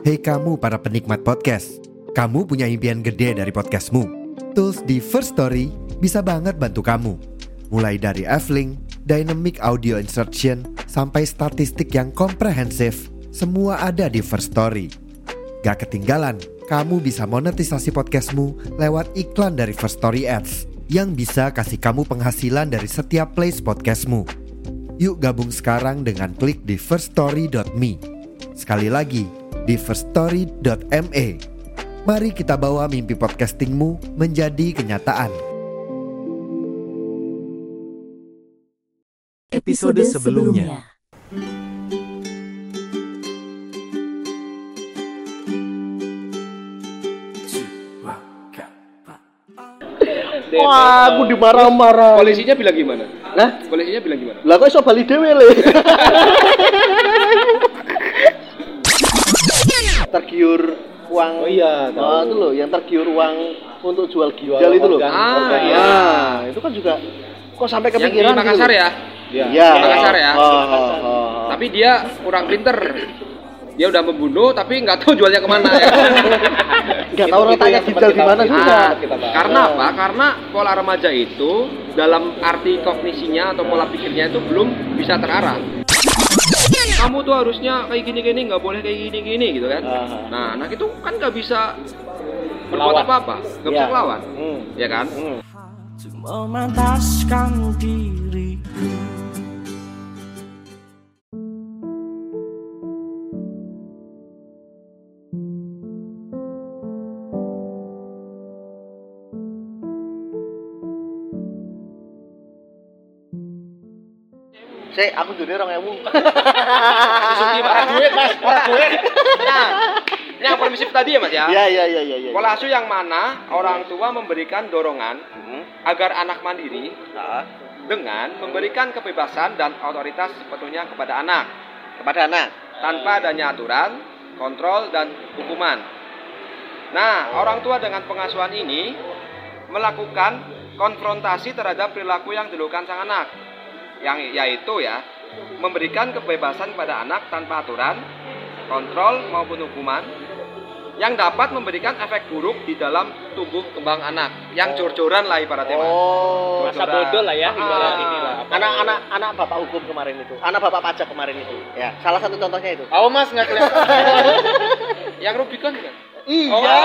Hei kamu para penikmat podcast, kamu punya impian gede dari podcastmu. Tools di First Story bisa banget bantu kamu. Mulai dari F-Link, Dynamic Audio Insertion, sampai statistik yang komprehensif, semua ada di First Story. Gak ketinggalan, kamu bisa monetisasi podcastmu lewat iklan dari First Story Ads yang bisa kasih kamu penghasilan dari setiap plays podcastmu. Yuk gabung sekarang dengan klik di firststory.me. Sekali lagi, di firststory.me. Mari kita bawa mimpi podcastingmu menjadi kenyataan. Episode sebelumnya. Wah, aku dimarah-marah. Polisinya bilang gimana? Nah, polisinya bilang gimana? lah kok iso bali dhewe le. Tergiur uang. Oh iya, tahu. Itu loh, yang tergiur uang untuk jual ginjal itu loh. Iya. Itu kan juga kok sampai Yang di kepikiran Makassar gitu. ya? Iya. Makassar ya? Oh. Tapi dia kurang pinter. Dia udah membunuh tapi nggak tahu jualnya kemana ya. Enggak tahu letaknya ginjal di mana juga. Karena apa? Karena pola remaja itu dalam arti kognisinya atau pola pikirnya itu belum bisa terarah. Kamu tuh harusnya kayak gini-gini, nggak boleh kayak gini-gini gitu kan. Nah, anak itu kan nggak bisa berbuat apa-apa, nggak bisa melawan, ya kan? Memantaskan diriku. Sik, aku duwe 2.000. Suki duit mas, duit. Nah, yang permisif tadi ya mas ya. Iya. Pola asuh yang mana orang tua memberikan dorongan agar anak mandiri dengan memberikan kebebasan dan otoritas sepenuhnya kepada anak tanpa adanya aturan, kontrol dan hukuman. Nah, orang tua dengan pengasuhan ini melakukan konfrontasi terhadap perilaku yang dilakukan sang anak, yang yaitu ya memberikan kebebasan pada anak tanpa aturan, kontrol maupun hukuman yang dapat memberikan efek buruk di dalam tumbuh kembang anak, yang jor-joran lah ibaratnya mas. Masa bodoh lah ya, ibarat inilah. Anak bapak hukum kemarin itu, anak bapak pajak kemarin itu, ya salah satu contohnya itu. Oh mas nggak kelihatan. Yang Rubicon kan? Iya.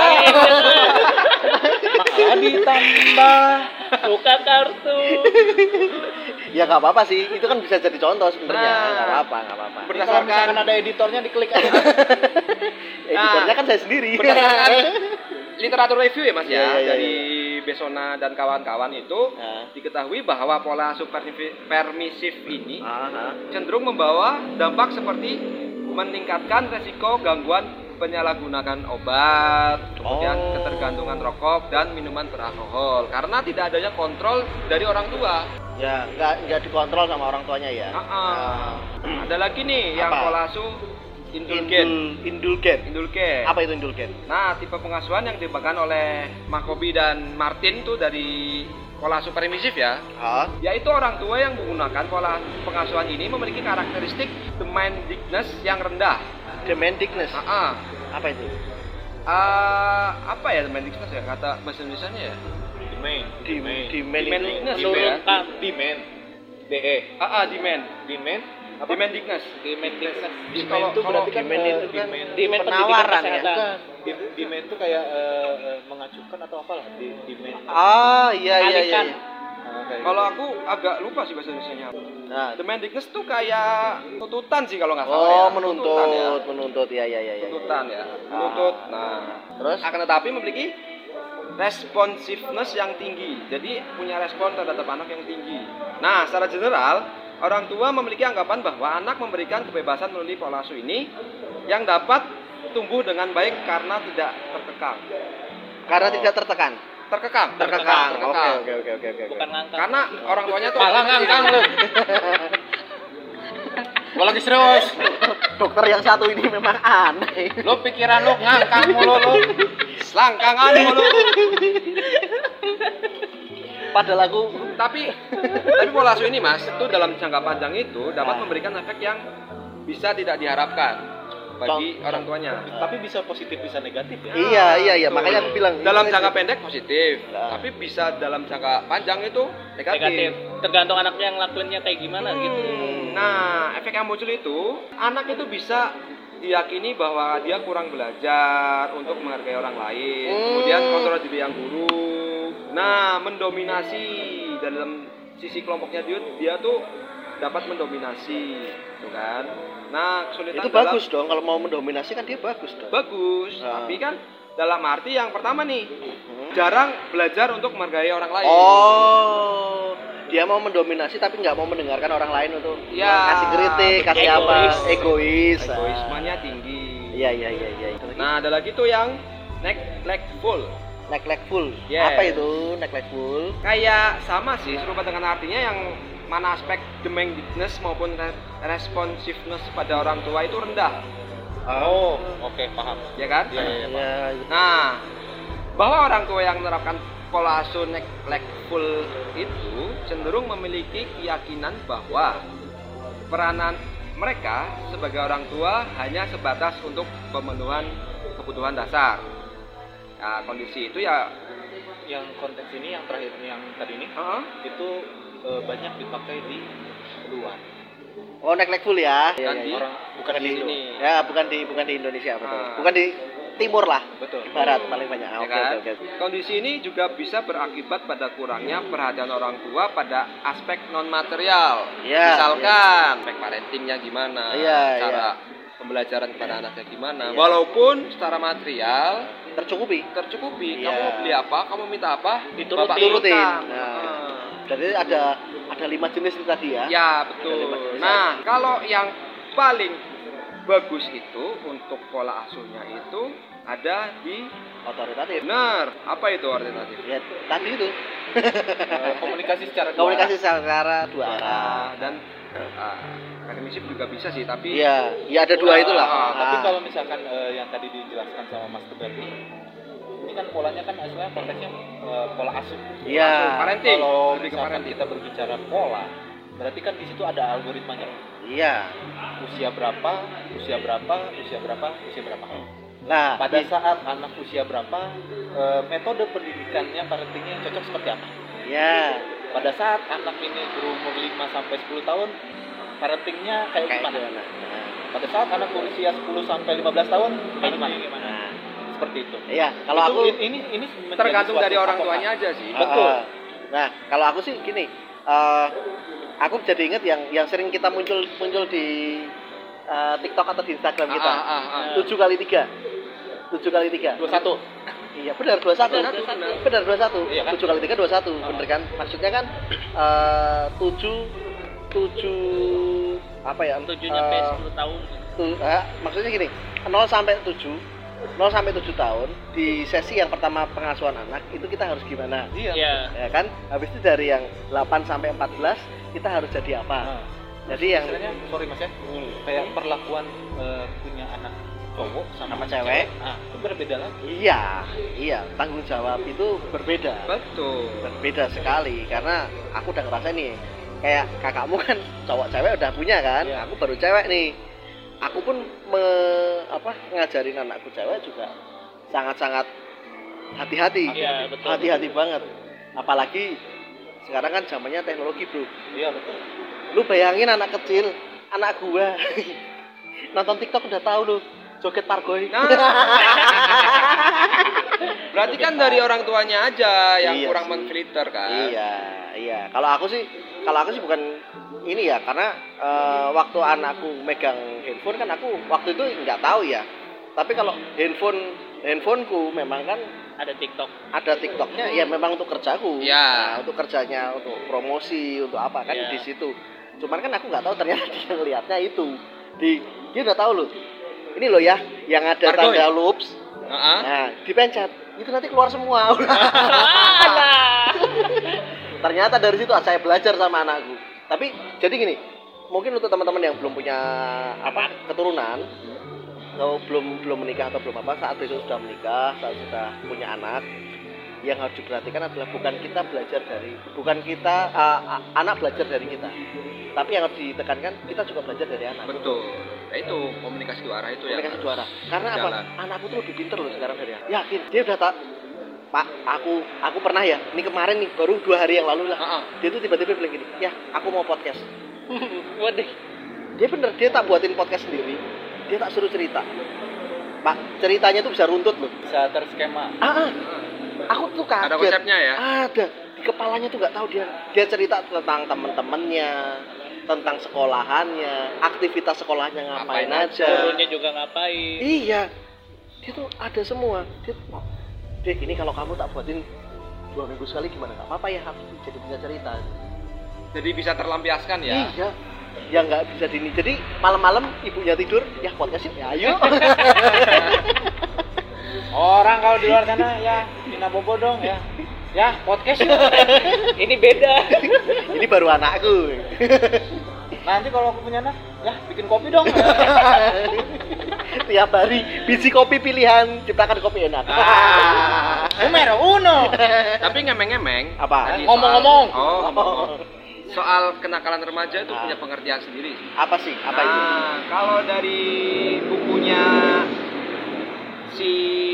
Malah ditambah buka kartu. Ya nggak apa-apa sih, itu kan bisa jadi contoh sebenarnya. Nggak apa-apa. Kalau Berdasarkan misalkan ada editornya diklik aja. Editornya kan saya sendiri. berdasarkan literatur review ya mas ya, Iya. dari Besona dan kawan-kawan itu diketahui bahwa pola asuh permisif ini cenderung membawa dampak seperti meningkatkan resiko gangguan penyalahgunaan obat, kemudian ketergantungan rokok dan minuman beralkohol karena tidak adanya kontrol dari orang tua. Ya, nggak dikontrol sama orang tuanya ya. Ada lagi nih yang pola asuh indulgen. Apa itu indulgen? Nah, tipe pengasuhan yang dikembangkan oleh Makobi dan Martin tuh dari pola asuh permisif ya. Yaitu orang tua yang menggunakan pola pengasuhan ini memiliki karakteristik demandingness yang rendah. Demandingness. Apa itu? Apa ya demandingness ya kata bahasa Indonesianya ya? Demandingness gitu ya. Demand. DE. Demand. Apa? Demandingness. Demand itu berarti kan demand penawaran ya. Demand itu kayak mengajukan atau apalah demand. Iya. Kalau aku agak lupa sih bahasa Indonesianya. Nah, Demandingness tuh kayak tuntutan sih kalau nggak salah ya. menuntut. Iya. Tuntutan ya. Menuntut. Nah, Terus akan tetapi memiliki responsiveness yang tinggi. Jadi punya respon terhadap anak yang tinggi. Nah, secara general, orang tua memiliki anggapan bahwa anak memberikan kebebasan melalui pola asuh ini yang dapat tumbuh dengan baik karena tidak terkekang. tidak tertekan. Terkekang. Oke. Bukan ngangkang. Karena orang tuanya tuh Malah ngangkang lu. Gua lagi serius. Dokter yang satu ini memang aneh. Lu pikiran lu ngangkang mulu lu. selangkangan mulu. Padahal aku tapi pola asuh ini mas itu dalam jangka panjang itu dapat memberikan efek yang bisa tidak diharapkan. bagi orang tuanya. Tapi bisa positif bisa negatif ya. Iya, makanya aku bilang Dalam itu jangka aja. pendek positif, Nah. tapi bisa dalam jangka panjang itu negatif. Tergantung anaknya yang lakuinnya kayak gimana gitu. Nah, efek yang muncul itu, anak itu bisa diyakini bahwa dia kurang belajar untuk menghargai orang lain. Kemudian kontrol diri yang buruk. Nah, mendominasi dalam sisi kelompoknya dia tuh dapat mendominasi, gitu kan. Nah, kesulitan Itu bagus dong kalau mau mendominasi kan dia bagus dong. bagus, Nah. tapi kan dalam arti yang pertama nih, jarang belajar untuk menghargai orang lain. Oh, dia mau mendominasi tapi nggak mau mendengarkan orang lain untuk Ya, kasih kritik, kasih apa, egois. Egoismenya tinggi. Iya. Nah, ada lagi tuh yang neglectful. Neglectful. Yes. Apa itu neglectful? Kayak sama sih, serupa dengan artinya yang mana aspek demandedness maupun responsiveness pada orang tua itu rendah, Oh, oke, paham. ya kan? Iya. Ya, Nah, bahwa orang tua yang menerapkan pola asuh neglectful itu cenderung memiliki keyakinan bahwa peranan mereka sebagai orang tua hanya sebatas untuk pemenuhan kebutuhan dasar. Nah, kondisi itu ya Yang konteks ini yang terakhir yang tadi ini itu banyak dipakai di luar. Oh, neglectful ya. Kan Iya, di- iya. Orang bukan di Indo. sini. Ya, bukan di Indonesia, betul. Ah. Bukan di timur lah. Betul. Barat paling banyak. Ya Oke, kan? oke. Kondisi ini juga bisa berakibat pada kurangnya perhatian orang tua pada aspek non material. Iya, Misalkan aspek parentingnya gimana, Iya, cara pembelajaran kepada anaknya gimana. Iya. Walaupun secara material Tercukupi. tercukupi, Iya. kamu mau beli apa, kamu minta apa, Diturutin. bapak Turutin. turutan. Nah. Jadi ada 5 jenis itu tadi ya. Ya Ada betul. 5 jenis. Nah, kalau yang paling bagus itu untuk pola asuhnya itu ada di Otoritatif. benar. Apa itu otoritatif? Ya, tadi itu. Komunikasi secara dua Komunikasi secara dua arah. Dan akademisi juga bisa sih, tapi Iya, ya ada dua itulah. Tapi Nah, kalau misalkan yang tadi dijelaskan sama Mas Tegar ini kan polanya kan aslinya konteksnya pola asuh. Iya. parenting. Kalau Lebih ke misalkan parenting. kita berbicara pola, berarti kan di situ ada algoritmanya. Iya. Usia berapa, usia berapa, usia berapa, usia berapa. Nah, Pada saat anak usia berapa, metode pendidikannya, parentingnya yang cocok seperti apa? ya Pada saat anak ini berumur 5 sampai 10 tahun, parentingnya kayak kayak gimana? gimana? Nah, Pada saat anak berusia 10 sampai 15 tahun, kayak gimana? nah, Seperti itu. iya. Kalau Itu- aku ini menjadi tergantung suatu dari orang patokan. tuanya aja sih. Betul. Nah, kalau aku sih gini, aku jadi inget yang sering kita muncul di TikTok atau di Instagram kita. 7 kali 3. 7 kali 3. 21. Iya, benar 21. Benar. Benar 21. Iya kan? 7 kali 3 21. Bener kan? Maksudnya kan 7 apa ya? 7 sampai 10 tahun. Maksudnya gini, 0 sampai 7 tahun di sesi yang pertama pengasuhan anak itu kita harus gimana? Iya. Iya. Ya kan? Habis itu dari yang 8 sampai 14 kita harus jadi apa? Nah, Jadi yang istilahnya, sorry Mas ya, kayak perlakuan punya anak cowok sama cewek. Nah, itu berbeda lagi. iya, tanggung jawab itu berbeda. Betul. Berbeda sekali karena aku udah ngerasain nih. Kayak kakakmu kan cowok cewek udah punya kan? Iya. Aku baru cewek nih. Aku pun ngajarin anakku cewek juga sangat-sangat hati-hati. Iya, betul. Hati-hati banget. Apalagi sekarang kan zamannya teknologi, Bro. Iya, betul. Lu bayangin anak kecil, anak gua nonton TikTok udah tahu lu joget pargoy. Nah, berarti kan dari orang tuanya aja yang Iya kurang sih. memfilter kan. Iya. Kalau aku sih bukan ini ya, karena waktu anakku megang handphone kan aku waktu itu nggak tahu ya. Tapi kalau handphoneku memang kan Ada TikTok. ada TikToknya ya memang untuk kerjaku. Iya. Nah, untuk kerjanya, untuk promosi, untuk apa kan Iya. di situ. Cuman kan aku nggak tahu ternyata dia ngelihatnya itu. Dia udah tahu loh. Ini loh ya, yang ada Pargoy. tanda loops. Heeh. Nah, dipencet. Itu nanti keluar semua. Ternyata dari situ saya belajar sama anakku. Tapi jadi gini, mungkin untuk teman-teman yang belum punya keturunan, atau belum menikah atau belum saat besok sudah menikah, saat sudah punya anak, yang harus diperhatikan adalah bukan kita anak belajar dari kita, tapi yang harus ditekankan kita juga belajar dari anak. Betul. Ya itu komunikasi dua arah itu ya. Komunikasi dua arah. Karena apa? Jalan. Anakku tuh lebih pinter loh sekarang dari aku. Yakin, dia udah tak Pak, aku pernah ya. Ini kemarin nih, baru 2 hari yang lalu lah. Dia tuh tiba-tiba bilang gini, "Ya, aku mau podcast." Waduh. Dia bener, dia tak buatin podcast sendiri. Dia tak suruh cerita. Pak, ceritanya tuh bisa runtut loh. Bisa terskema. Aku tuh kaget. Ada konsepnya ya? Ada. Di kepalanya tuh nggak tahu dia cerita tentang temen-temennya, tentang sekolahannya, aktivitas sekolahnya ngapain aja. Gurunya juga ngapain. Iya. Dia tuh ada semua. Dia tuh, Dek, ini kalau kamu tak buatin 2 minggu sekali gimana? Gak apa-apa ya, aku jadi punya cerita. Jadi bisa terlampiaskan ya. Iya. Ya nggak bisa dini. Jadi malam-malam ibunya tidur, ya podcast yuk. Ya ayo. Orang kalau di luar sana ya Mina Bobo dong ya. Ya, podcast yuk. Ini beda. Ini baru anakku. Nanti kalau aku punya anak, ya bikin kopi dong. Tiap hari biji kopi pilihan, ciptakan kopi enak. Numero uno. Tapi ngemeng-ngemeng. Apa? tadi Ngomong-ngomong. ngomong-ngomong. Soal kenakalan remaja itu punya pengertian sendiri. Apa sih? Apa itu? Kalau dari bukunya si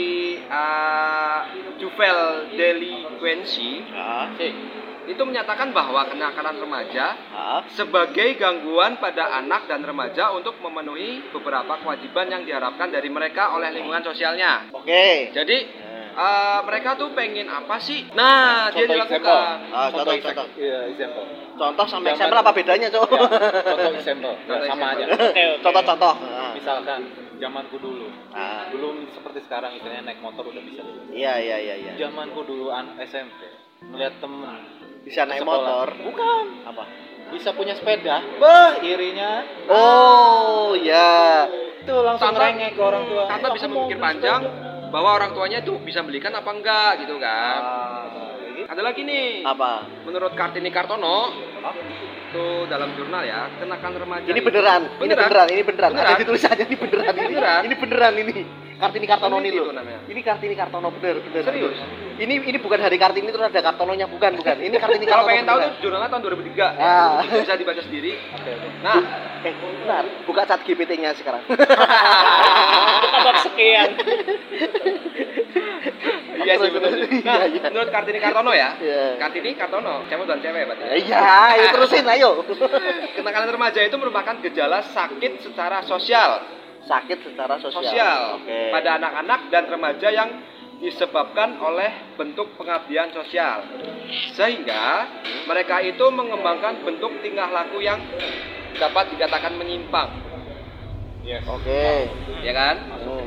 Juvenile Delinquency itu menyatakan bahwa kenakalan remaja sebagai gangguan pada anak dan remaja untuk memenuhi beberapa kewajiban yang diharapkan dari mereka oleh lingkungan sosialnya. Oke. Jadi mereka tuh pengen apa sih? Nah, dia dilakukan. Contoh. Iya, example. Contoh sama example apa bedanya, Cok? Ya, contoh example. Sama aja. Contoh. Misalkan zamanku dulu. Belum seperti sekarang istilahnya naik motor udah bisa. Iya. Zamanku dulu SMP, ngeliat temen Bisa naik sekolah. motor. Bukan. Apa? Bisa punya sepeda. Bah, irinya. Oh, ya. Itu langsung Tanpa- rengek ke orang tua. Tanpa bisa memikir panjang bahwa orang tuanya tuh bisa belikan apa enggak gitu kan. Ada lagi nih. Apa? Menurut Kartini Kartono, itu dalam jurnal ya, kenakalan remaja. Ini itu- beneran. Ini beneran. Beneran. Ada di tulisannya ini beneran. Beneran. Ini beneran ini. Kartini Kartono ini Peneliti loh. itu namanya. Ini Kartini Kartono bener. Serius? Ini bukan hari Kartini terus ada Kartononya bukan. Ini Kartini Kalau Kartono. pengen tahu beneran. tuh jurnalnya tahun 2003. Ah. Itu bisa dibaca sendiri. Nah, Benar. Buka chat GPT-nya sekarang. Bukan bab sekian. iya sih benar. Nah, Iya. menurut Kartini Kartono ya. Iya. Kartini Kartono, cewek dan cewek berarti. Iya, ayo terusin ayo. Kenakalan remaja itu merupakan gejala sakit secara sosial. Sakit secara sosial. Oke. Pada anak-anak dan remaja yang disebabkan oleh bentuk pengabdian sosial, sehingga mereka itu mengembangkan bentuk tingkah laku yang dapat dikatakan menyimpang, Oke. ya kan?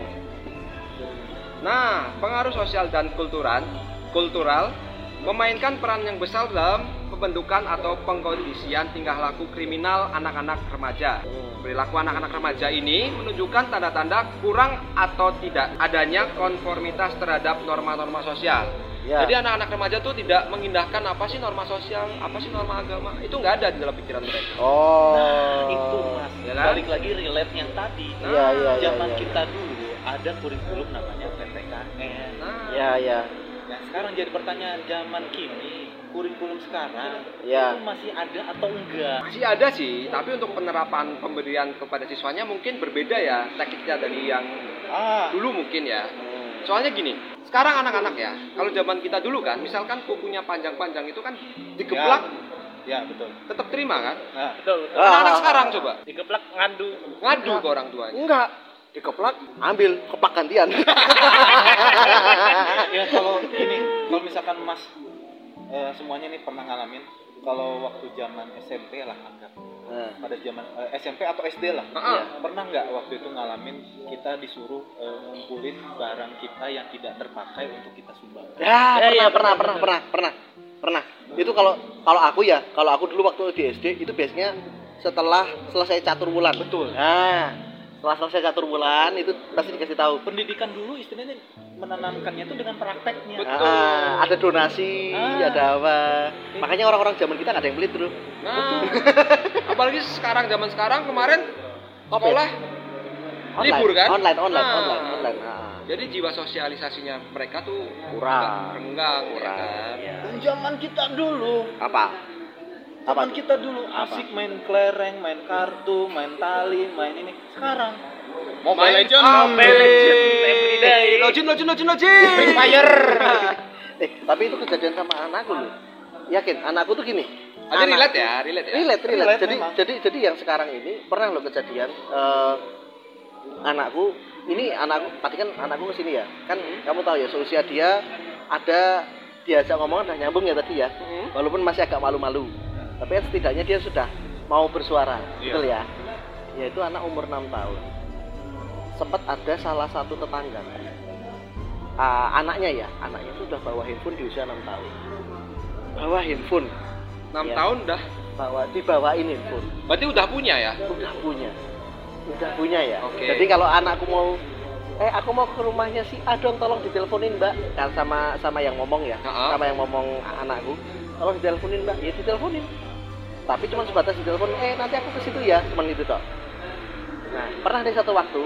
Nah, pengaruh sosial dan kultural memainkan peran yang besar dalam pembentukan atau pengkondisian tingkah laku kriminal anak-anak remaja. Perilaku anak-anak remaja ini menunjukkan tanda-tanda kurang atau tidak adanya konformitas terhadap norma-norma sosial. Ya. Jadi anak-anak remaja tuh tidak mengindahkan apa sih norma sosial, apa sih norma agama. Itu nggak ada di dalam pikiran mereka. Oh. Itu mas, Ya kan? balik lagi relate yang tadi. Iya. Zaman kita dulu ada kurikulum namanya PPKN. Nah, Ya. Nah sekarang jadi pertanyaan, zaman kini kurikulum sekarang Ya. itu masih ada atau enggak? masih ada sih, tapi untuk penerapan pemberian kepada siswanya mungkin berbeda ya tekniknya dari yang dulu mungkin ya. Soalnya gini, sekarang anak-anak ya, kalau zaman kita dulu kan, misalkan kukunya panjang-panjang itu kan digeplak, Ya betul. tetap terima kan? Nah, Betul. Anak-anak sekarang coba Digeplak ngadu. ngadu ke orang tuanya. Enggak. Dikeplak, ambil keplak gantian. ya kalau ini, kalau misalkan mas semuanya nih pernah ngalamin, kalau waktu zaman SMP lah anggap, pada zaman SMP atau SD lah, pernah nggak waktu itu ngalamin kita disuruh ngumpulin barang kita yang tidak terpakai untuk kita sumbang? Pernah. Itu kalau aku dulu waktu di SD itu biasanya setelah selesai catur bulan. Betul. Nah, setelah selesai catur bulan itu pasti dikasih tahu. Pendidikan dulu istilahnya menanamkannya itu dengan prakteknya. Ada donasi, ada apa. Makanya orang-orang zaman kita nggak ada yang pelit, Bro. Nah, apalagi sekarang zaman kemarin sekolah libur kan? Online. Jadi jiwa sosialisasinya mereka tuh Kurang. renggang ya kan? Ya. Zaman kita dulu Apa? Zaman kita dulu asik main kelereng, main kartu, main tali, main ini. Sekarang Mobile Legends, everyday. Login. Free Fire. Tapi itu kejadian sama anakku loh. Yakin, anakku tuh gini. Ada relate ya. Relate. Memang. Jadi yang sekarang ini pernah lo kejadian anakku tadi kan anakku kesini ya. Kan kamu tahu ya seusia dia ada diajak ngomong udah nyambung ya tadi ya. Walaupun masih agak malu-malu. Tapi kan setidaknya dia sudah mau bersuara, betul ya? Yaitu anak umur 6 tahun. Sempat ada salah satu tetangga. Anaknya itu udah bawa handphone di usia 6 tahun. Bawa handphone 6 Ya. tahun dah. Dibawain handphone. Berarti udah punya ya? Udah punya ya. Oke. Jadi kalau anakku mau aku mau ke rumahnya si A dong, tolong diteleponin Mbak. Kan sama yang ngomong ya. Sama yang ngomong anakku. Tolong diteleponin Mbak. Ya diteleponin. Tapi cuma sebatas ditelepon, nanti aku ke situ ya, cuma itu toh. Nah, pernah ada satu waktu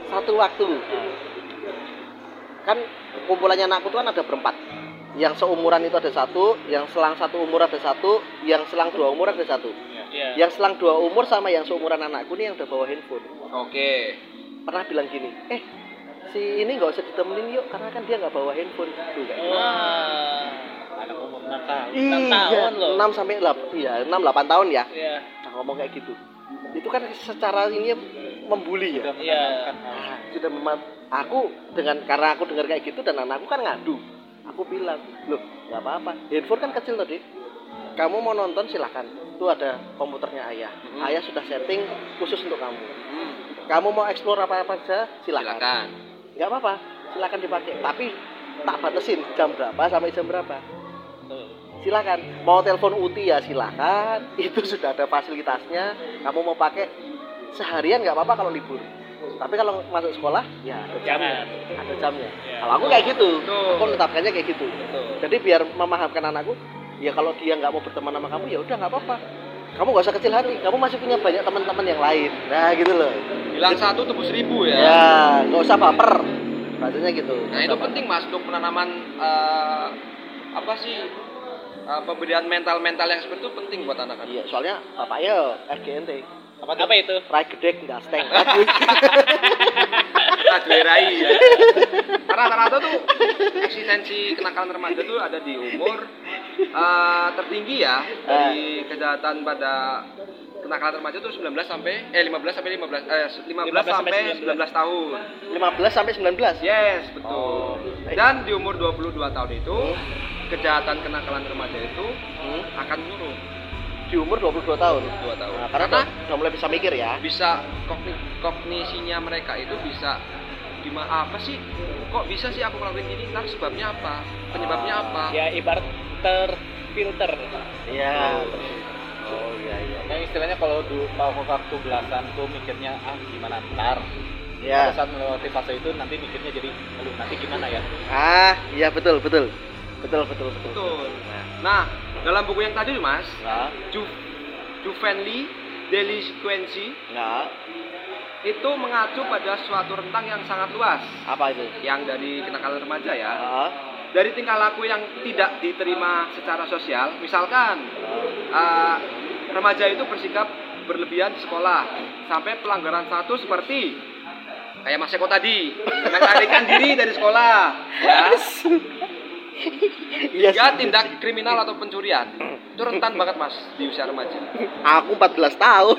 kan kumpulannya anakku tuh kan ada berempat. Yang seumuran itu ada satu, yang selang satu umur ada satu, yang selang 2 umur ada satu. Iya. Yang selang 2 umur sama yang seumuran anakku nih yang udah bawa handphone. Oke. Pernah bilang gini, si ini nggak usah ditemenin yuk, karena kan dia nggak bawa handphone. Tuh, kayak gitu. Wah. Anak umur 6 tahun. 6 tahun loh. 6 sampai 8 tahun ya. Iya. Nah, ngomong kayak gitu. Itu kan secara ini membuli ya. Iya. Sudah aku karena aku dengar kayak gitu dan anakku kan ngadu. Aku bilang, "Loh, enggak apa-apa. Handphone kan kecil tadi. Kamu mau nonton silakan. Itu ada komputernya ayah. Ayah sudah setting khusus untuk kamu. Kamu mau explore apa-apa saja silakan. Enggak apa-apa. Silakan dipakai. Tapi tak batasin jam berapa sampai jam berapa. Silakan. Mau telepon UTI ya silakan. Itu sudah ada fasilitasnya. Kamu mau pakai seharian nggak apa-apa kalau libur. Tapi kalau masuk sekolah ya ada jamnya. Ada jamnya. Ya. Kalau aku kayak gitu. Betul. Aku menetapkannya kayak gitu. Betul. Jadi biar memahamkan anakku, ya kalau dia nggak mau berteman sama kamu ya udah nggak apa-apa. Kamu nggak usah kecil hati. Kamu masih punya banyak teman-teman yang lain. Nah gitu loh. Bilang 1 tebus 1000 ya. Ya nggak usah baper. Bahasanya gitu. Nah itu penting mas untuk penanaman pemberian mental yang seperti itu penting buat anak-anak. Iya, soalnya bapaknya RGNT. Apa itu? Rai gede nggak steng. Rai ya. Karena rata-rata tuh eksistensi kenakalan remaja tuh ada di umur tertinggi ya dari kejahatan pada kenakalan remaja tuh 15 sampai 19 tahun. 15 sampai 19. Yes, betul. Oh. Dan di umur 22 tahun itu kejahatan kenakalan remaja itu akan menurun. Di umur 22 tahun. 2 tahun. Nah, karena udah mulai bisa mikir ya. Bisa kognisinya mereka itu bisa apa sih? Kok bisa sih aku ngelakuin ini? Ntar sebabnya apa? Penyebabnya apa? Ya ibarat terfilter. Iya. Oh iya. Yang istilahnya kalau waktu belasan tuh mikirnya gimana ntar. Iya. Pada saat melewati fase itu nanti mikirnya jadi nanti gimana ya? Iya betul. Betul. Nah, dalam buku yang tadi Mas, Juvenile Delinquency itu mengacu pada suatu rentang yang sangat luas. Apa itu? Yang dari kenakalan remaja ya. Dari tingkah laku yang tidak diterima secara sosial, misalkan remaja itu bersikap berlebihan di sekolah, sampai pelanggaran satu seperti kayak Mas Eko tadi, melarikan diri dari sekolah, ya. Hingga tindak kriminal atau pencurian. Itu rentan banget Mas di usia remaja. Aku 14 tahun.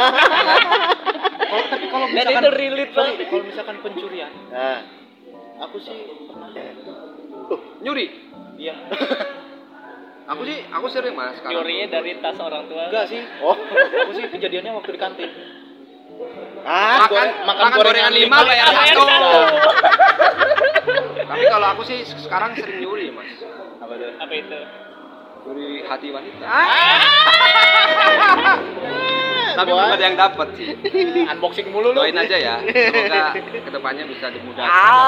Tapi kalau Dan misalkan itu relate banget. kalau misalkan pencurian, Nah, aku sih pernah. Nyuri. Iya. Aku sering Mas. Nyurinya dari tas orang tua. Enggak sih. oh. Aku sih kejadiannya waktu di kantin. Makan gorengan 5 bayar 1. Tapi kalau aku sih sekarang sering nyuri Mas. Apa itu? Nyuri hati wanita. Tapi belum ada yang dapat sih. Unboxing mulu lu. Doain aja ya. Semoga kedepannya bisa dimudahkan.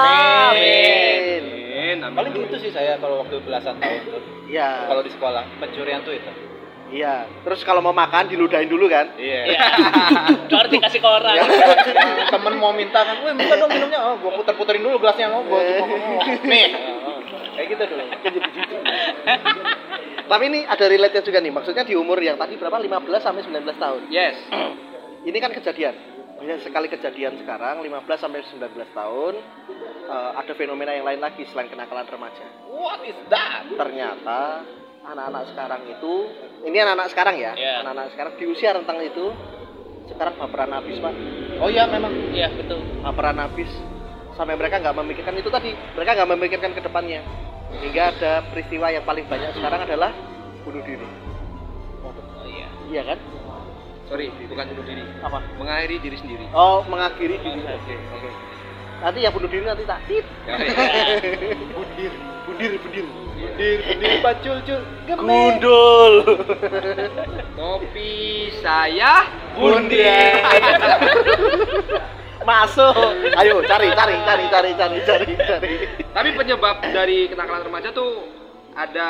Amin. Paling gitu sih saya kalau waktu belasan tahun tuh. Iya. Kalau di sekolah pencurian tuh itu. Iya. Terus kalau mau makan diludahin dulu kan? Iya. Baru dikasih ke orang. Temen mau minta kan, minta dong minumnya. Oh, gua puter-puterin dulu gelasnya. Oh, gua cuma nih. Kayak gitu dulu. Tapi ini ada relate-nya juga nih. Maksudnya di umur yang tadi berapa? 15 sampai 19 tahun. Yes. Ini kan kejadian. Banyak sekali kejadian sekarang 15 sampai 19 tahun. Ada fenomena yang lain lagi selain kenakalan remaja. What is that? Ternyata anak-anak sekarang itu, ini anak-anak sekarang ya. Yeah. Anak-anak sekarang di usia rentang itu sekarang baperan habis, Pak. Oh iya memang. Iya, betul. Baperan habis. Sampai mereka nggak memikirkan itu tadi. Mereka nggak memikirkan ke depannya. Hingga ada peristiwa yang paling banyak sekarang adalah bunuh diri. Oh iya. Iya kan? Sorry, bukan bunuh diri. Apa? Mengakhiri diri sendiri. Oh, mengakhiri diri. Oke. Nanti yang bunuh diri nanti tak tit. Budir, bacul, gundul. Topi saya Bundir. Masuk. Ayo cari. Tapi penyebab dari kenakalan remaja tuh ada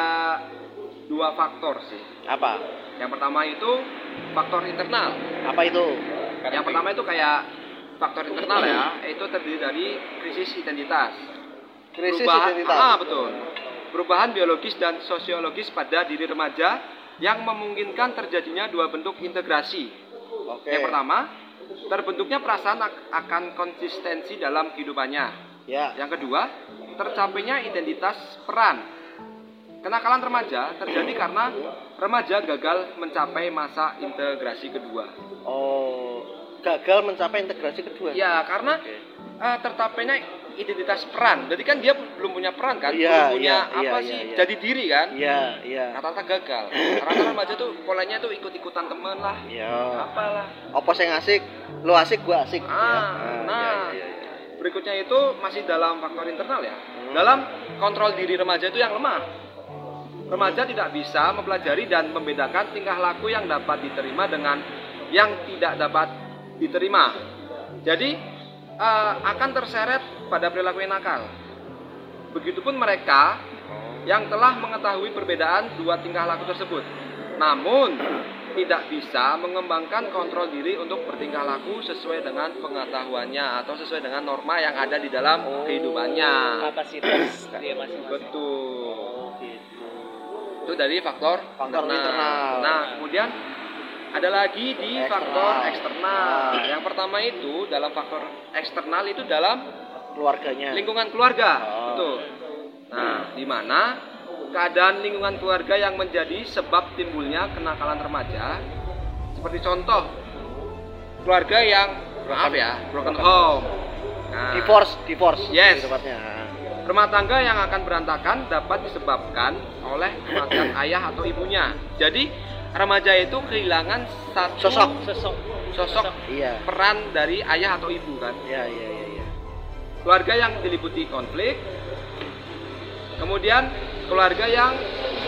2 faktor sih. Apa? Yang pertama itu faktor internal. Apa itu? Yang pertama itu kayak faktor internal ya, itu terdiri dari krisis identitas. Krisis identitas. Betul. Perubahan biologis dan sosiologis pada diri remaja yang memungkinkan terjadinya 2 bentuk integrasi. Oke. Yang pertama, terbentuknya perasaan akan konsistensi dalam kehidupannya. Ya. Yang kedua, tercapainya identitas peran. Kenakalan remaja terjadi karena remaja gagal mencapai masa integrasi kedua. Oh, gagal mencapai integrasi kedua. Ya, karena tercapainya identitas peran. Jadi kan dia belum punya peran kan, Iya, belum punya iya, apa iya, sih, iya. jadi diri kan. Iya. Rata-rata gagal. Rata remaja tuh polanya tuh ikut-ikutan temen lah. Iya. Apalah. Apa yang asik? Lo asik, gua asik. Nah, Iya. berikutnya itu masih dalam faktor internal ya. Dalam kontrol diri remaja itu yang lemah. Remaja tidak bisa mempelajari dan membedakan tingkah laku yang dapat diterima dengan yang tidak dapat diterima. Jadi akan terseret pada perilaku yang nakal. Begitupun mereka yang telah mengetahui perbedaan 2 tingkah laku tersebut, namun tidak bisa mengembangkan kontrol diri untuk bertingkah laku sesuai dengan pengetahuannya atau sesuai dengan norma yang ada di dalam kehidupannya. Kapasitas dia masing-masing. Betul. Itu dari faktor internal. Nah, kemudian ada lagi di faktor eksternal. Yang pertama itu dalam faktor eksternal itu dalam Keluarganya. lingkungan keluarga. Betul. Nah, di mana keadaan lingkungan keluarga yang menjadi sebab timbulnya kenakalan remaja. Seperti contoh keluarga yang broken home. Nah, Divorce. Yes. Tepatnya. rumah tangga yang akan berantakan dapat disebabkan oleh kematian ayah atau ibunya. Jadi remaja itu kehilangan satu sosok Iya. peran dari ayah atau ibu kan. Iya. Keluarga yang diliputi konflik, kemudian keluarga yang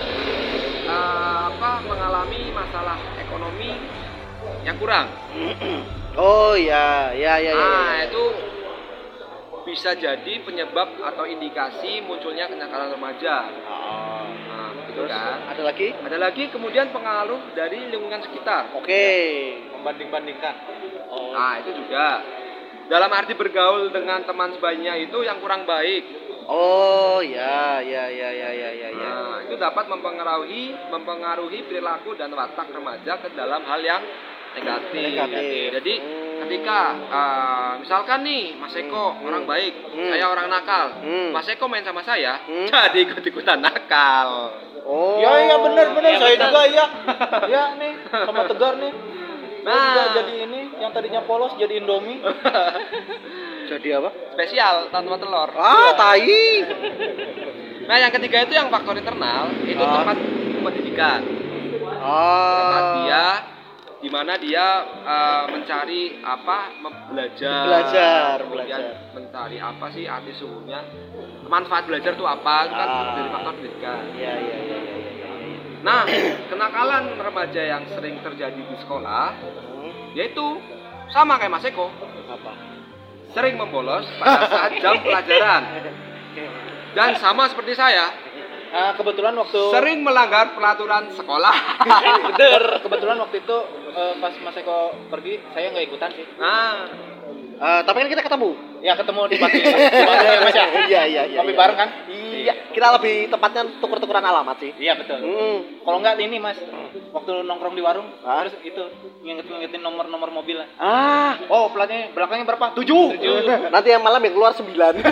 mengalami masalah ekonomi yang kurang. Oh ya. Itu bisa jadi penyebab atau indikasi munculnya kenakalan remaja. Nah, gitu kan. Ada lagi kemudian pengaruh dari lingkungan sekitar. Oke. Membanding-bandingkan. Nah, itu juga. Dalam arti bergaul dengan teman sebayanya itu yang kurang baik. Oh ya. Nah, itu dapat mempengaruhi perilaku dan watak remaja ke dalam hal yang negatif. Jadi ketika misalkan nih Mas Eko orang baik, saya orang nakal, Mas Eko main sama saya, jadi ikut-ikutan nakal. Oh. Iya benar. Iya, Saya benar. juga ya. Ya nih sama Tegar nih. Saya Nah. juga jadi ini yang tadinya polos jadi Indomie. Jadi apa? Spesial tanpa telur. Tai. Nah, yang ketiga itu yang faktor internal, itu tempat pendidikan. Tempat dia di mana dia mencari belajar, kemudian mencari apa sih arti sungguhnya, manfaat belajar itu apa, itu kan dari faktor pendidikan. Iya. Nah, kenakalan remaja yang sering terjadi di sekolah yaitu sama kayak Mas Eko, Apa? sering membolos pada saat jam pelajaran. Dan sama seperti saya, Kebetulan waktu sering melanggar peraturan sekolah. kebetulan waktu itu pas Mas Eko pergi, saya nggak ikutan sih. Nah, Tapi kan kita ketemu. Ya ketemu di pagi ya Mas ya. Iya. Kopi bareng kan? Iya. Kita lebih tepatnya tuker-tukeran alamat sih. Iya betul. Kalau enggak ini Mas, waktu nongkrong di warung, terus itu ngingetin nomor mobil. Oh platnya belakangnya berapa? 7. Nanti yang malam yang keluar 9.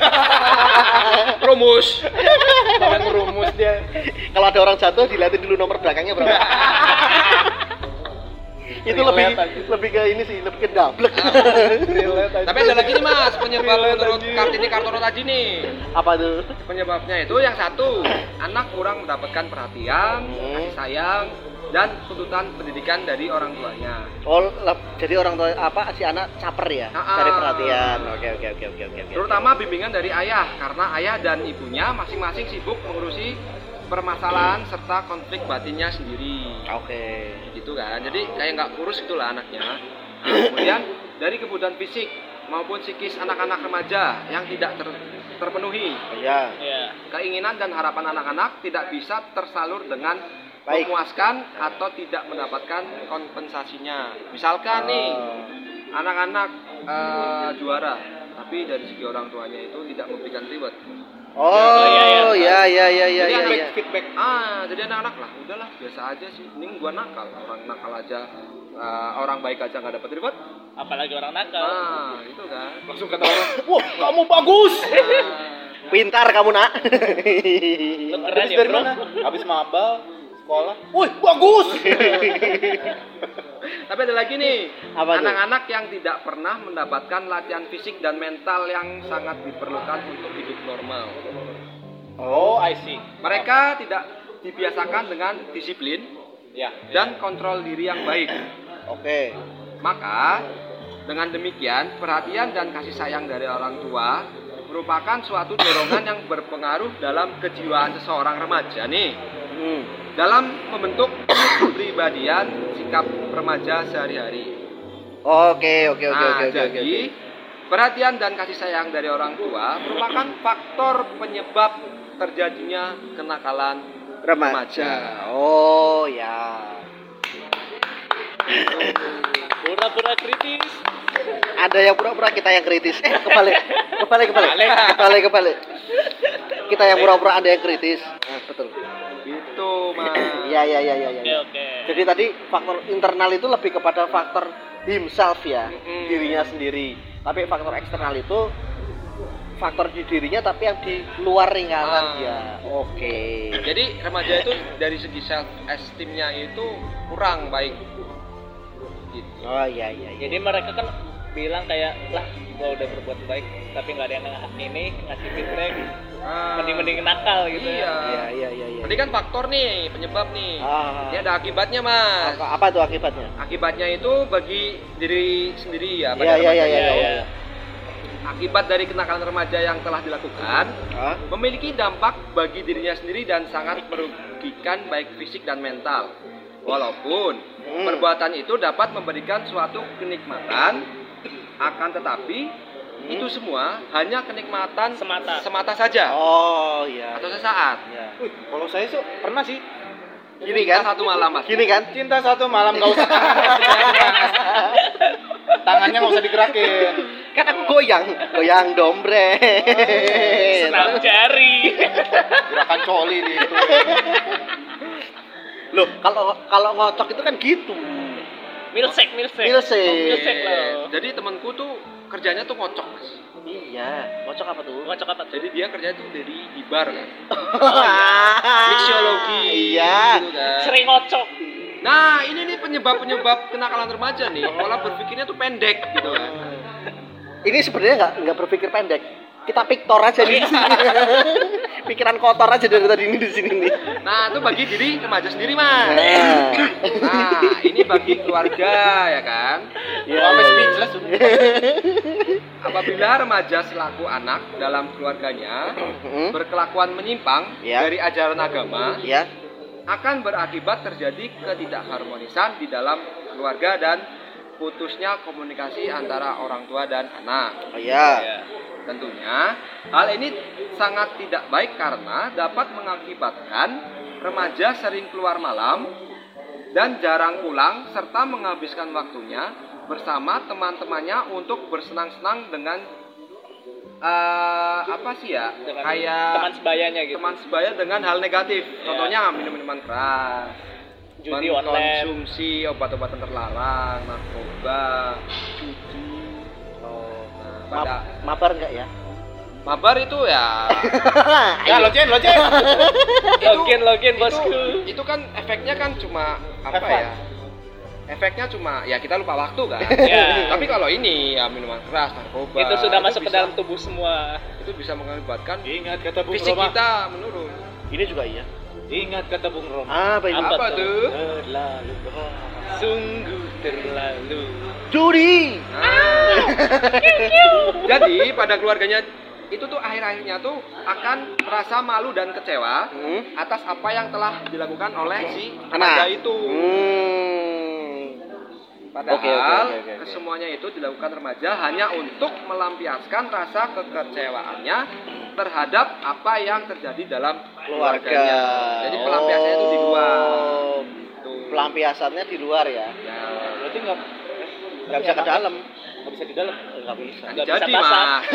Rumus. Bahkan rumus dia. Kalau ada orang jatuh dilihatin dulu nomor belakangnya berapa. Itu lebih ke ini sih, lebih ke dablek. Tapi ada lagi nih Mas, penyebab menurut Kartini Kartono tadi nih. Apa tuh? Penyebabnya itu yang satu, anak kurang mendapatkan perhatian, kasih sayang, dan tuntutan pendidikan dari orang tuanya. Oh, jadi orang tua si anak caper ya, cari perhatian. Oke. Terutama bimbingan dari ayah, karena ayah dan ibunya masing-masing sibuk mengurusi permasalahan serta konflik batinnya sendiri. Oke. Gitu kan. Jadi kayak nggak kurus itulah anaknya. Nah, kemudian dari kebutuhan fisik maupun psikis anak-anak remaja yang tidak terpenuhi. Iya. Keinginan dan harapan anak-anak tidak bisa tersalur dengan memuaskan atau tidak mendapatkan kompensasinya. Misalkan nih anak-anak juara, tapi dari segi orang tuanya itu tidak memberikan reward. Iya. Feedback. Jadi anak-anak lah, udahlah biasa aja sih. Mending gua nakal, orang nakal aja, orang baik aja nggak dapat reward. Apalagi orang nakal. Itu kan. Langsung kata orang, wah kamu bagus. Pintar kamu nak. Lu keren Habis ya dari bro. mana? Habis maba sekolah. Wih bagus. Tapi ada lagi nih, Apa tuh? anak-anak yang tidak pernah mendapatkan latihan fisik dan mental yang sangat diperlukan untuk hidup normal. Oh, I see. Mereka tidak dibiasakan dengan disiplin Ya. dan kontrol diri yang baik. Oke. Maka dengan demikian perhatian dan kasih sayang dari orang tua merupakan suatu dorongan yang berpengaruh dalam kejiwaan seseorang remaja nih. Dalam membentuk kepribadian sikap remaja sehari-hari. Oke. Jadi perhatian dan kasih sayang dari orang tua merupakan faktor penyebab terjadinya kenakalan remaja. Oh ya. Pura-pura kritis. Ada yang pura-pura, kita yang kritis. Kebalik. Kita yang pura-pura, Anda yang kritis. Betul. Itu Mas. Iya. Oke. Jadi tadi faktor internal itu lebih kepada faktor himself ya, dirinya sendiri. Tapi faktor eksternal itu faktor di dirinya tapi yang di luar lingkaran dia. Oke. Jadi remaja itu dari segi self esteemnya itu kurang baik. Gitu. Oh iya. Jadi mereka kan bilang kayak lah gua udah berbuat baik tapi nggak ada yang ngasih feedback. Mending nakal gitu. Iya. Tadi kan faktor nih, penyebab nih. Ini ada akibatnya, Mas. Apa tuh akibatnya? Akibatnya itu bagi diri sendiri ya, Iya. Akibat dari kenakalan remaja yang telah dilakukan memiliki dampak bagi dirinya sendiri dan sangat merugikan baik fisik dan mental. Walaupun perbuatan itu dapat memberikan suatu kenikmatan, akan tetapi itu semua hanya kenikmatan semata saja. Oh iya. Atau sesaat. Iya. Kalau saya sih pernah sih. Gini kan? Satu malam, Mas. Gini kan? Cinta satu malam gak usah tangannya gak usah digerakin. Kan aku goyang dombre. Senam jari. Gerakan coli nih itu. Loh, kalau ngocok itu kan gitu. Milsek loh. Jadi temanku tuh kerjanya tuh ngocok, Mas. Iya, ngocok apa tuh? Ngocok apa tuh? Jadi dia kerja tuh di bar kan. Ah, Miksiologi. Iya. Gitu kan. Sering ngocok. Nah, ini nih penyebab kenakalan remaja nih. Pola berpikirnya tuh pendek gitu kan. Ini sebenarnya nggak berpikir pendek. Kita piktor aja di sini. Pikiran kotor aja dari tadi ini di sini nih. Nah, itu bagi diri remaja sendiri, Mas. Nah, ini bagi keluarga ya kan. Speechless. Apabila remaja selaku anak dalam keluarganya berkelakuan menyimpang dari ajaran agama, akan berakibat terjadi ketidakharmonisan di dalam keluarga dan putusnya komunikasi antara orang tua dan anak. Tentunya hal ini sangat tidak baik karena dapat mengakibatkan remaja sering keluar malam dan jarang pulang serta menghabiskan waktunya bersama teman-temannya untuk bersenang-senang dengan Dengan kayak teman sebayanya gitu. teman sebaya dengan hal negatif. Contohnya minum minuman keras, Judi online. konsumsi obat-obatan terlarang, narkoba, judi. Mabar enggak ya? Mabar itu ya Ya login. Login bosku. itu kan efeknya kan cuma apa Efek. ya? Efeknya cuma ya kita lupa waktu kan. Ya. Tapi kalau ini ya minuman keras, narkoba Itu sudah masuk ke bisa- dalam tubuh semua. itu bisa mengakibatkan Ingat kata Bung fisik Roma. kita menurun. Ini juga iya. Ingat kata Bung Roma. Apa ini? Apa Apa tuh? tuh? Terlalu Sungguh terlalu. Judi. Jadi pada keluarganya itu tuh akhir-akhirnya tuh akan merasa malu dan kecewa atas apa yang telah dilakukan oleh si remaja itu. Padahal Oke. kesemuanya itu dilakukan remaja hanya untuk melampiaskan rasa kekecewaannya terhadap apa yang terjadi dalam keluarganya. Jadi pelampiasannya itu di luar. Tuh. Pelampiasannya di luar ya. Ya. Berarti Nggak bisa ke dalam. Nggak bisa di dalam. Nggak bisa. Nggak Jadi bisa pasang. mas,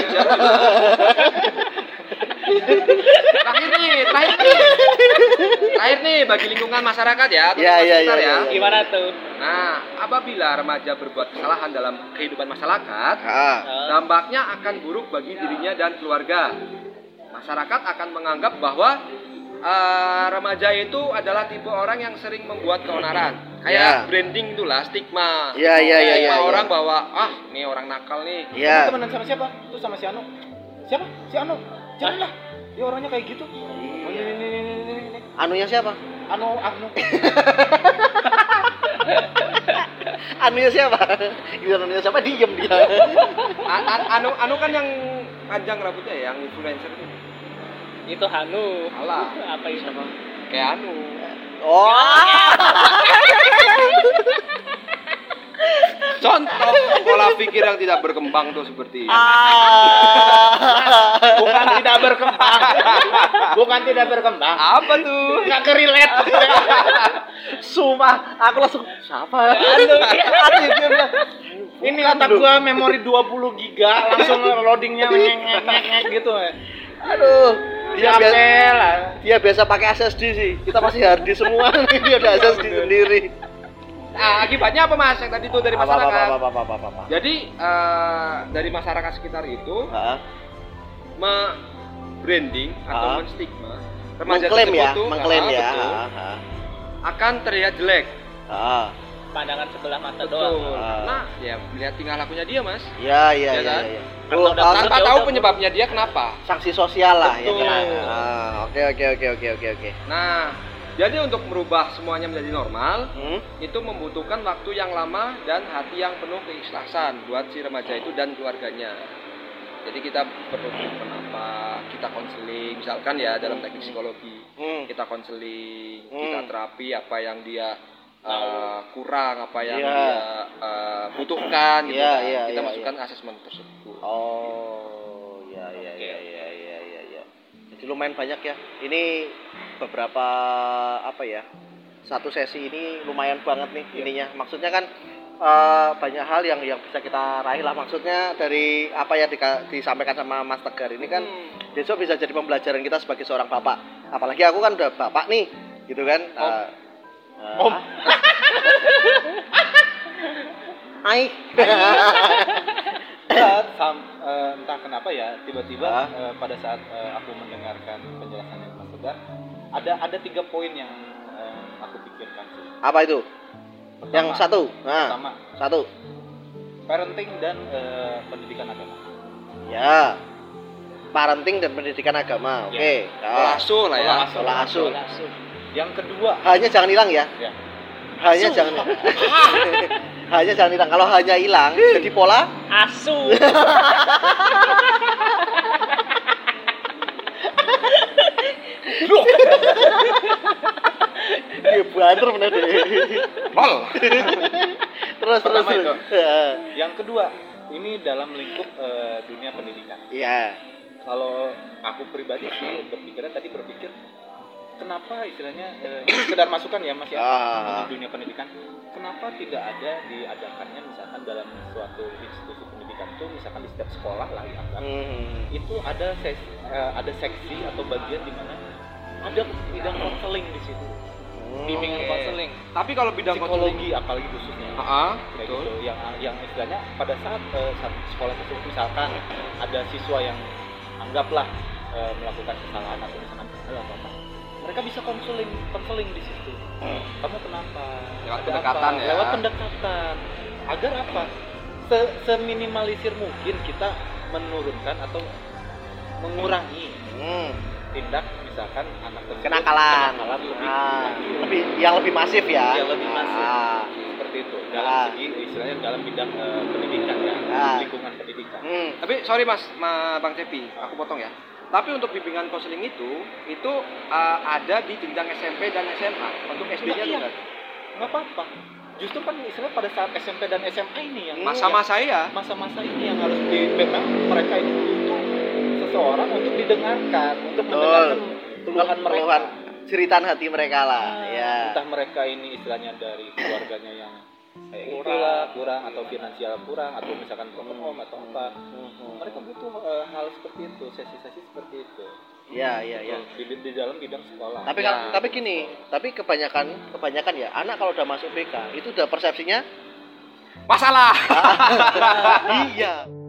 terakhir nih bagi lingkungan masyarakat ya, atau Ya, ya, sekitar ya, ya. ya. Gimana tuh? Nah, apabila remaja berbuat kesalahan dalam kehidupan masyarakat, Ah. dampaknya akan buruk bagi dirinya dan keluarga. Masyarakat akan menganggap bahwa remaja itu adalah tipe orang yang sering membuat keonaran. Kayak Ya. branding itulah, stigma. Ya, Stigma ya. orang bahwa ini orang nakal nih. Ya. Kamu temenan sama siapa? Tuh sama si Anu. Siapa? Si Anu. Janganlah. Dia orangnya kayak gitu. Oh, ini. Anunya siapa? Anu. Anunya siapa? Giliran anunya siapa? Diem dia. Anu kan yang panjang rambutnya ya, yang influencer itu. Itu Hanu. Alah. Apa itu? Kayak Anu. Oh. Contoh pola pikir yang tidak berkembang tuh seperti ini. Bukan tidak berkembang. Bukan tidak berkembang. Apa tuh? Nggak ke-relate. Sumpah, aku langsung siapa? Ini otak gua memori 20 giga langsung loadingnya ngek gitu. Aduh, Lah. dia biasa pakai SSD sih. Kita masih hard disk semua. Dia ada SSD sendiri. Nah, akibatnya apa Mas? Yang tadi tuh dari masyarakat. Apa. Jadi dari masyarakat sekitar itu branding atau menstigma remaja Mengklaim tersebut ya, tuh, mengklaim ya. betul, akan terlihat jelek. Pandangan sebelah mata Betul. doang. Nah, ya melihat tingkah lakunya dia, Mas. Iya. Ya kan? Oh, Tanpa Ya tahu udah, penyebabnya dia kenapa. sanksi sosial lah ya Betul. kan. Oke. Nah, jadi untuk merubah semuanya menjadi normal, Hmm? itu membutuhkan waktu yang lama dan hati yang penuh keikhlasan buat si remaja itu dan keluarganya. Jadi kita perlu apa? Kita konseling, misalkan ya dalam teknik psikologi, kita konseling, kita terapi apa yang dia kurang, apa yang dia butuhkan, gitu kan. Kita masukkan asesmen tersebut. Oh, ya. Jadi lumayan banyak ya. Ini beberapa satu sesi ini lumayan banget nih ininya. Maksudnya kan banyak hal yang bisa kita raih lah. Maksudnya dari apa yang disampaikan sama Mas Tegar ini kan besok bisa jadi pembelajaran kita sebagai seorang bapak. Apalagi aku kan udah bapak nih, gitu kan. Om. Ai. Entah kenapa ya tiba-tiba pada saat aku mendengarkan penjelasan Mas Tegar ada 3 poin yang aku pikirkan sih. Apa itu? Pertama, Yang satu. Pertama, Satu. parenting dan pendidikan agama. Ya. Parenting dan pendidikan agama. Oke. Pola asuh lah ya. Pola asuh. Yang kedua, Hanya jangan hilang ya. ya. Hanya jangan. Hanya jangan hilang. Kalau hanya hilang jadi pola Asu. dia banter bener deh. Pol. Terus. Pertama itu. Yang kedua, ini dalam lingkup dunia pendidikan. Iya. Kalau aku pribadi sih berpikir kenapa istilahnya ini sekedar masukan ya Mas ya untuk dunia pendidikan, kenapa tidak ada diadakannya misalkan dalam suatu institusi pendidikan itu misalkan di setiap sekolah lah dianggap itu ada seksi atau bagian di mana ada bidang konseling di situ. Bimbingan konseling. Tapi kalau bidang psikologi apalagi khususnya. Kayak gitu. Yang istilahnya pada saat sekolah tersebut misalkan ada siswa yang anggaplah melakukan kesalahan atau misalkan salah apa, mereka bisa konseling di situ. Kamu kenapa? Lewat pendekatan ya. Lewat pendekatan. Agar apa? Seminimalisir mungkin kita menurunkan atau mengurangi tindak misalkan anak tersebut kenakalan yang lebih masif ya. Yang lebih masif. Seperti itu. Dalam segi istilahnya dalam bidang pendidikan ya, lingkungan pendidikan. Tapi sorry Mas, Bang Cepi, aku potong ya. Tapi untuk bimbingan konseling itu ada di jenjang SMP dan SMA. Untuk SD-nya iya. enggak? Enggak apa-apa. Justru kan istilah pada saat SMP dan SMA ini yang masa-masa ini yang harus memang mereka ini butuh seseorang untuk didengarkan, untuk mendengarkan keluhan mereka, ceritaan hati mereka lah. Ya. Entah mereka ini istilahnya dari keluarganya yang kurang atau finansial kurang atau misalkan broken home atau apa. Mereka butuh hal seperti itu, sesi-sesi seperti itu. Iya. Di dalam bidang sekolah. Tapi gini, kebanyakan ya anak kalau udah masuk BK itu udah persepsinya masalah. Iya.